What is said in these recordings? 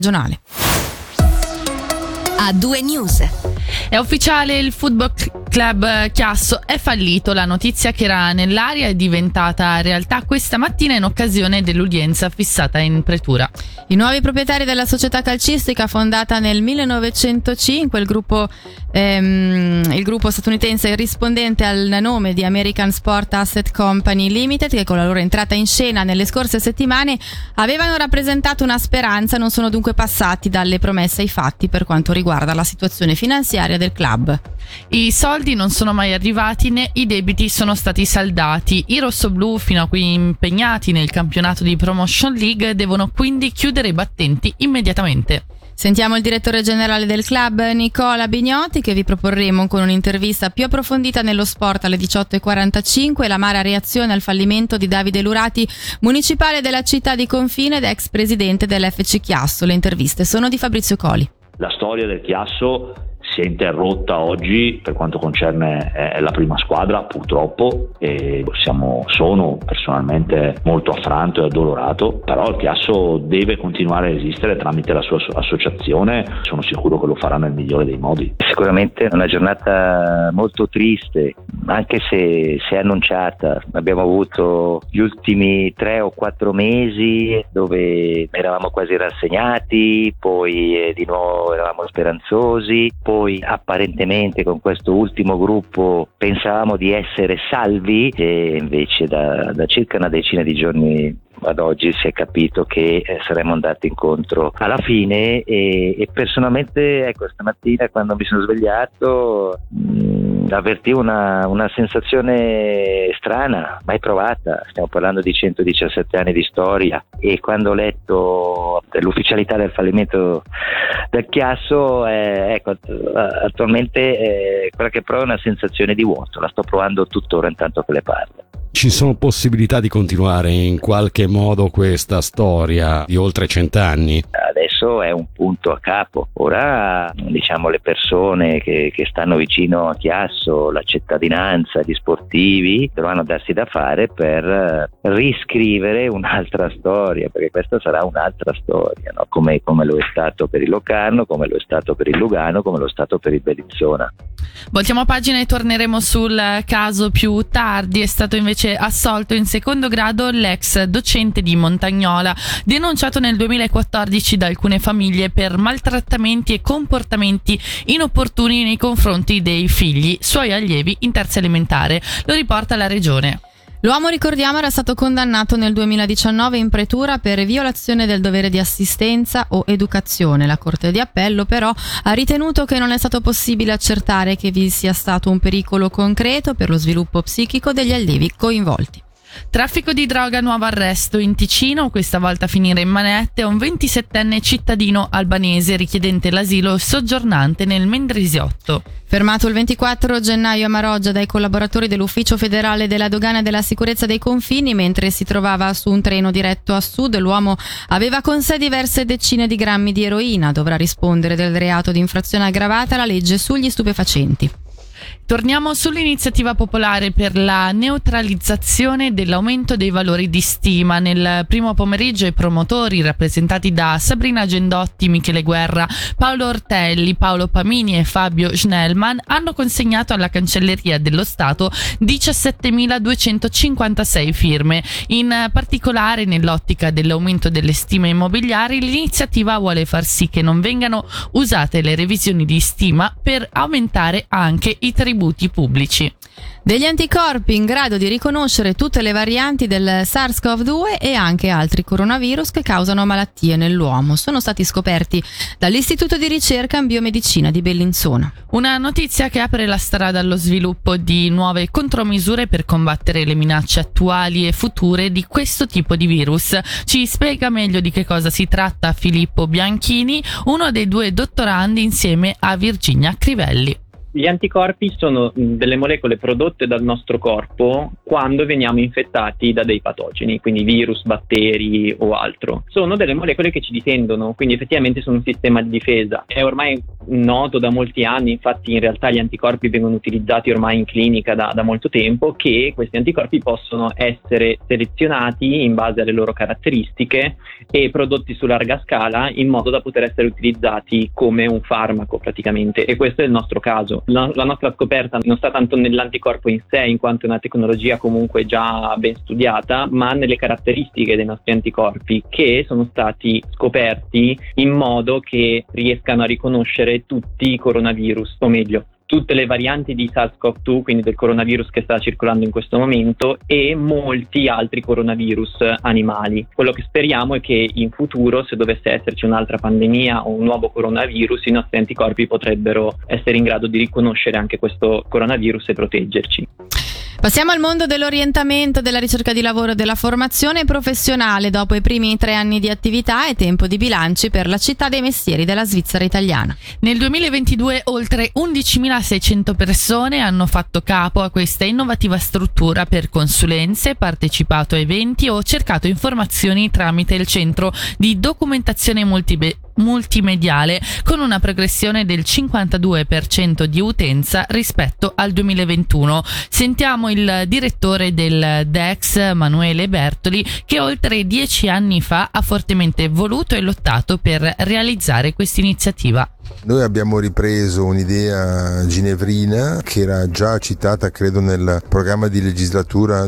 regionale. A2 News. È ufficiale, il Football Club Chiasso è fallito. La notizia che era nell'aria è diventata realtà questa mattina in occasione dell'udienza fissata in pretura. I nuovi proprietari della società calcistica fondata nel 1905, il gruppo statunitense rispondente al nome di American Sport Asset Company Limited, che con la loro entrata in scena nelle scorse settimane avevano rappresentato una speranza, non sono dunque passati dalle promesse ai fatti per quanto riguarda la situazione finanziaria del club. I soldi non sono mai arrivati né i debiti sono stati saldati. I rossoblù, fino a qui impegnati nel campionato di Promotion League, devono quindi chiudere i battenti immediatamente. Sentiamo il direttore generale del club, Nicola Bignotti, che vi proporremo con un'intervista più approfondita nello sport alle 18:45, l'amara reazione al fallimento di Davide Lurati, municipale della città di confine ed ex presidente dell'FC Chiasso. Le interviste sono di Fabrizio Coli. La storia del Chiasso si è interrotta oggi per quanto concerne la prima squadra, purtroppo, e sono personalmente molto affranto e addolorato, però il Chiasso deve continuare a esistere tramite la sua associazione. Sono sicuro che lo farà nel migliore dei modi. Sicuramente è una giornata molto triste, anche se è annunciata. Abbiamo avuto gli ultimi 3 o 4 mesi dove eravamo quasi rassegnati, poi di nuovo eravamo speranzosi, poi apparentemente con questo ultimo gruppo pensavamo di essere salvi e invece da circa una decina di giorni ad oggi si è capito che saremmo andati incontro alla fine e personalmente stamattina quando mi sono svegliato avvertivo una sensazione strana, mai provata. Stiamo parlando di 117 anni di storia e quando ho letto l'ufficialità del fallimento del Chiasso attualmente quella che provo è una sensazione di vuoto, la sto provando tuttora intanto che le parlo. Ci sono possibilità di continuare in qualche modo questa storia di oltre 100 anni? Adesso è un punto a capo. Ora le persone che stanno vicino a Chiasso, la cittadinanza, gli sportivi dovranno darsi da fare per riscrivere un'altra storia, perché questa sarà un'altra storia, no? Come lo è stato per il Locarno, come lo è stato per il Lugano, come lo è stato per il Bellinzona. Voltiamo pagina e torneremo sul caso più tardi. È stato invece assolto in secondo grado l'ex docente di Montagnola, denunciato nel 2014 da alcune famiglie per maltrattamenti e comportamenti inopportuni nei confronti dei figli suoi allievi in terza elementare. Lo riporta la regione. L'uomo, ricordiamo, era stato condannato nel 2019 in pretura per violazione del dovere di assistenza o educazione. La Corte di Appello però ha ritenuto che non è stato possibile accertare che vi sia stato un pericolo concreto per lo sviluppo psichico degli allievi coinvolti. Traffico di droga, nuovo arresto in Ticino, questa volta a finire in manette, un 27enne cittadino albanese richiedente l'asilo soggiornante nel Mendrisiotto. Fermato il 24 gennaio a Maroggia dai collaboratori dell'Ufficio federale della dogana e della sicurezza dei confini mentre si trovava su un treno diretto a sud, l'uomo aveva con sé diverse decine di grammi di eroina. Dovrà rispondere del reato di infrazione aggravata alla legge sugli stupefacenti. Torniamo sull'iniziativa popolare per la neutralizzazione dell'aumento dei valori di stima. Nel primo pomeriggio i promotori, rappresentati da Sabrina Gendotti, Michele Guerra, Paolo Ortelli, Paolo Pamini e Fabio Schnellman, hanno consegnato alla Cancelleria dello Stato 17.256 firme. In particolare, nell'ottica dell'aumento delle stime immobiliari, l'iniziativa vuole far sì che non vengano usate le revisioni di stima per aumentare anche i tributi pubblici. Degli anticorpi in grado di riconoscere tutte le varianti del SARS-CoV-2 e anche altri coronavirus che causano malattie nell'uomo sono stati scoperti dall'Istituto di ricerca in biomedicina di Bellinzona. Una notizia che apre la strada allo sviluppo di nuove contromisure per combattere le minacce attuali e future di questo tipo di virus. Ci spiega meglio di che cosa si tratta Filippo Bianchini, uno dei 2 dottorandi insieme a Virginia Crivelli. Gli anticorpi sono delle molecole prodotte dal nostro corpo quando veniamo infettati da dei patogeni, quindi virus, batteri o altro. Sono delle molecole che ci difendono, quindi effettivamente sono un sistema di difesa. È ormai noto da molti anni, infatti in realtà gli anticorpi vengono utilizzati ormai in clinica da molto tempo, che questi anticorpi possono essere selezionati in base alle loro caratteristiche e prodotti su larga scala in modo da poter essere utilizzati come un farmaco praticamente, e questo è il nostro caso. La nostra scoperta non sta tanto nell'anticorpo in sé, in quanto è una tecnologia comunque già ben studiata, ma nelle caratteristiche dei nostri anticorpi, che sono stati scoperti in modo che riescano a riconoscere tutti i coronavirus, o meglio tutte le varianti di SARS-CoV-2, quindi del coronavirus che sta circolando in questo momento, e molti altri coronavirus animali. Quello che speriamo è che in futuro, se dovesse esserci un'altra pandemia o un nuovo coronavirus, i nostri anticorpi potrebbero essere in grado di riconoscere anche questo coronavirus e proteggerci. Passiamo al mondo dell'orientamento, della ricerca di lavoro e della formazione professionale. Dopo i primi 3 anni di attività è tempo di bilanci per la città dei mestieri della Svizzera italiana. Nel 2022 oltre 11.600 persone hanno fatto capo a questa innovativa struttura per consulenze, partecipato a eventi o cercato informazioni tramite il centro di documentazione multimediale, con una progressione del 52% di utenza rispetto al 2021. Sentiamo il direttore del DEX, Manuele Bertoli, che oltre 10 anni fa ha fortemente voluto e lottato per realizzare questa iniziativa. Noi abbiamo ripreso un'idea ginevrina che era già citata credo nel programma di legislatura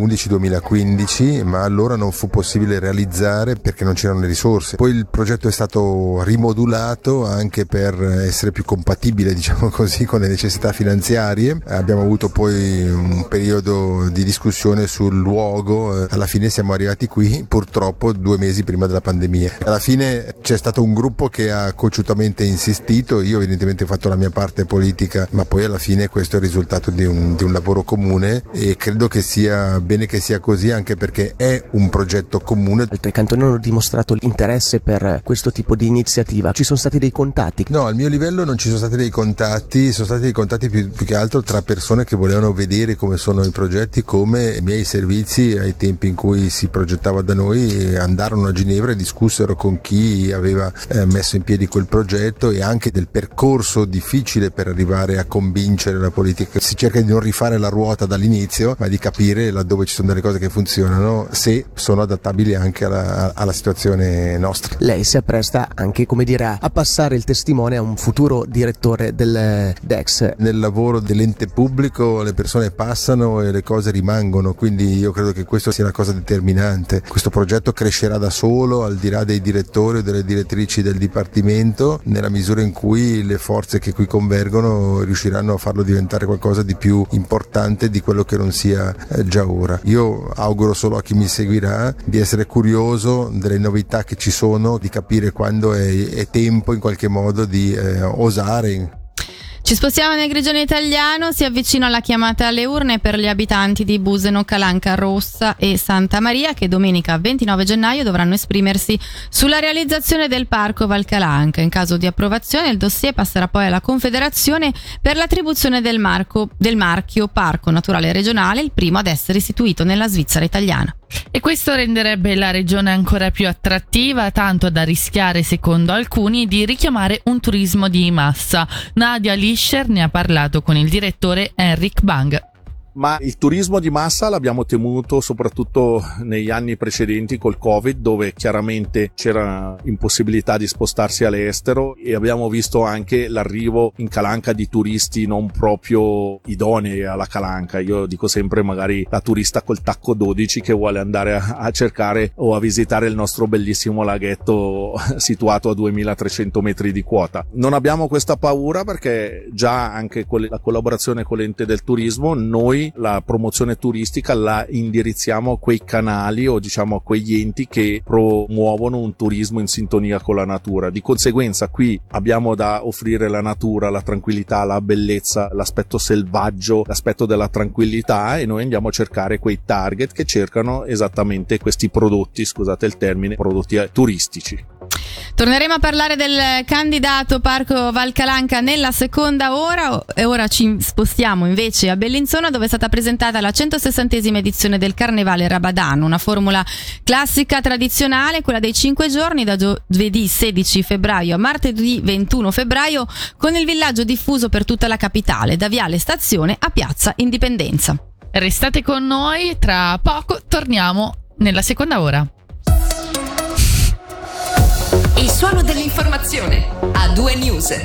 2011-2015, ma allora non fu possibile realizzare perché non c'erano le risorse. Poi il progetto è stato rimodulato anche per essere più compatibile, diciamo così, con le necessità finanziarie. Abbiamo avuto poi un periodo di discussione sul luogo, alla fine siamo arrivati qui purtroppo 2 mesi prima della pandemia. Alla fine c'è stato un gruppo che ha cocciutamente insistito, io evidentemente ho fatto la mia parte politica, ma poi alla fine questo è il risultato di un lavoro comune, e credo che sia bene che sia così, anche perché è un progetto comune. Altri cantoni hanno dimostrato l'interesse per questo tipo di iniziativa. Ci sono stati dei contatti? No, al mio livello non ci sono stati dei contatti, sono stati dei contatti più che altro tra persone che volevano vedere come sono i progetti, come i miei servizi ai tempi in cui si progettava da noi andarono a Ginevra e discussero con chi aveva messo in piedi quel progetto, e anche del percorso difficile per arrivare a convincere la politica. Si cerca di non rifare la ruota dall'inizio, ma di capire laddove ci sono delle cose che funzionano, se sono adattabili anche alla situazione nostra. Lei si appresta anche, come dire, a passare il testimone a un futuro direttore del DEX. Nel lavoro dell'ente pubblico le persone passano e le cose rimangono, quindi io credo che questo sia una cosa determinante. Questo progetto crescerà da solo, al di là dei direttori o delle direttrici del dipartimento, nella misura in cui le forze che qui convergono riusciranno a farlo diventare qualcosa di più importante di quello che non sia già ora. Io auguro solo a chi mi seguirà di essere curioso delle novità che ci sono, di capire quando è tempo in qualche modo di osare. Ci spostiamo nel Grigione italiano, si avvicina la chiamata alle urne per gli abitanti di Buseno, Calanca Rossa e Santa Maria, che domenica 29 gennaio dovranno esprimersi sulla realizzazione del parco Valcalanca. In caso di approvazione il dossier passerà poi alla Confederazione per l'attribuzione del marchio Parco Naturale Regionale, il primo ad essere istituito nella Svizzera italiana. E questo renderebbe la regione ancora più attrattiva, tanto da rischiare, secondo alcuni, di richiamare un turismo di massa. Nadia Lischer ne ha parlato con il direttore Henrik Bang. Ma il turismo di massa l'abbiamo temuto soprattutto negli anni precedenti col Covid, dove chiaramente c'era impossibilità di spostarsi all'estero, e abbiamo visto anche l'arrivo in Calanca di turisti non proprio idonei alla Calanca. Io dico sempre magari la turista col tacco 12 che vuole andare a cercare o a visitare il nostro bellissimo laghetto situato a 2300 metri di quota. Non abbiamo questa paura, perché già anche con la collaborazione con l'ente del turismo noi la promozione turistica la indirizziamo a quei canali, o diciamo a quegli enti che promuovono un turismo in sintonia con la natura. Di conseguenza qui abbiamo da offrire la natura, la tranquillità, la bellezza, l'aspetto selvaggio, l'aspetto della tranquillità, e noi andiamo a cercare quei target che cercano esattamente questi prodotti, scusate il termine, prodotti turistici. Torneremo a parlare del candidato Parco Valcalanca nella seconda ora e ora ci spostiamo invece a Bellinzona, dove è stata presentata la 160esima edizione del Carnevale Rabadan, una formula classica tradizionale, quella dei 5 giorni da giovedì 16 febbraio a martedì 21 febbraio, con il villaggio diffuso per tutta la capitale, da Viale Stazione a Piazza Indipendenza. Restate con noi, tra poco torniamo nella seconda ora. Il suono dell'informazione a 2 News.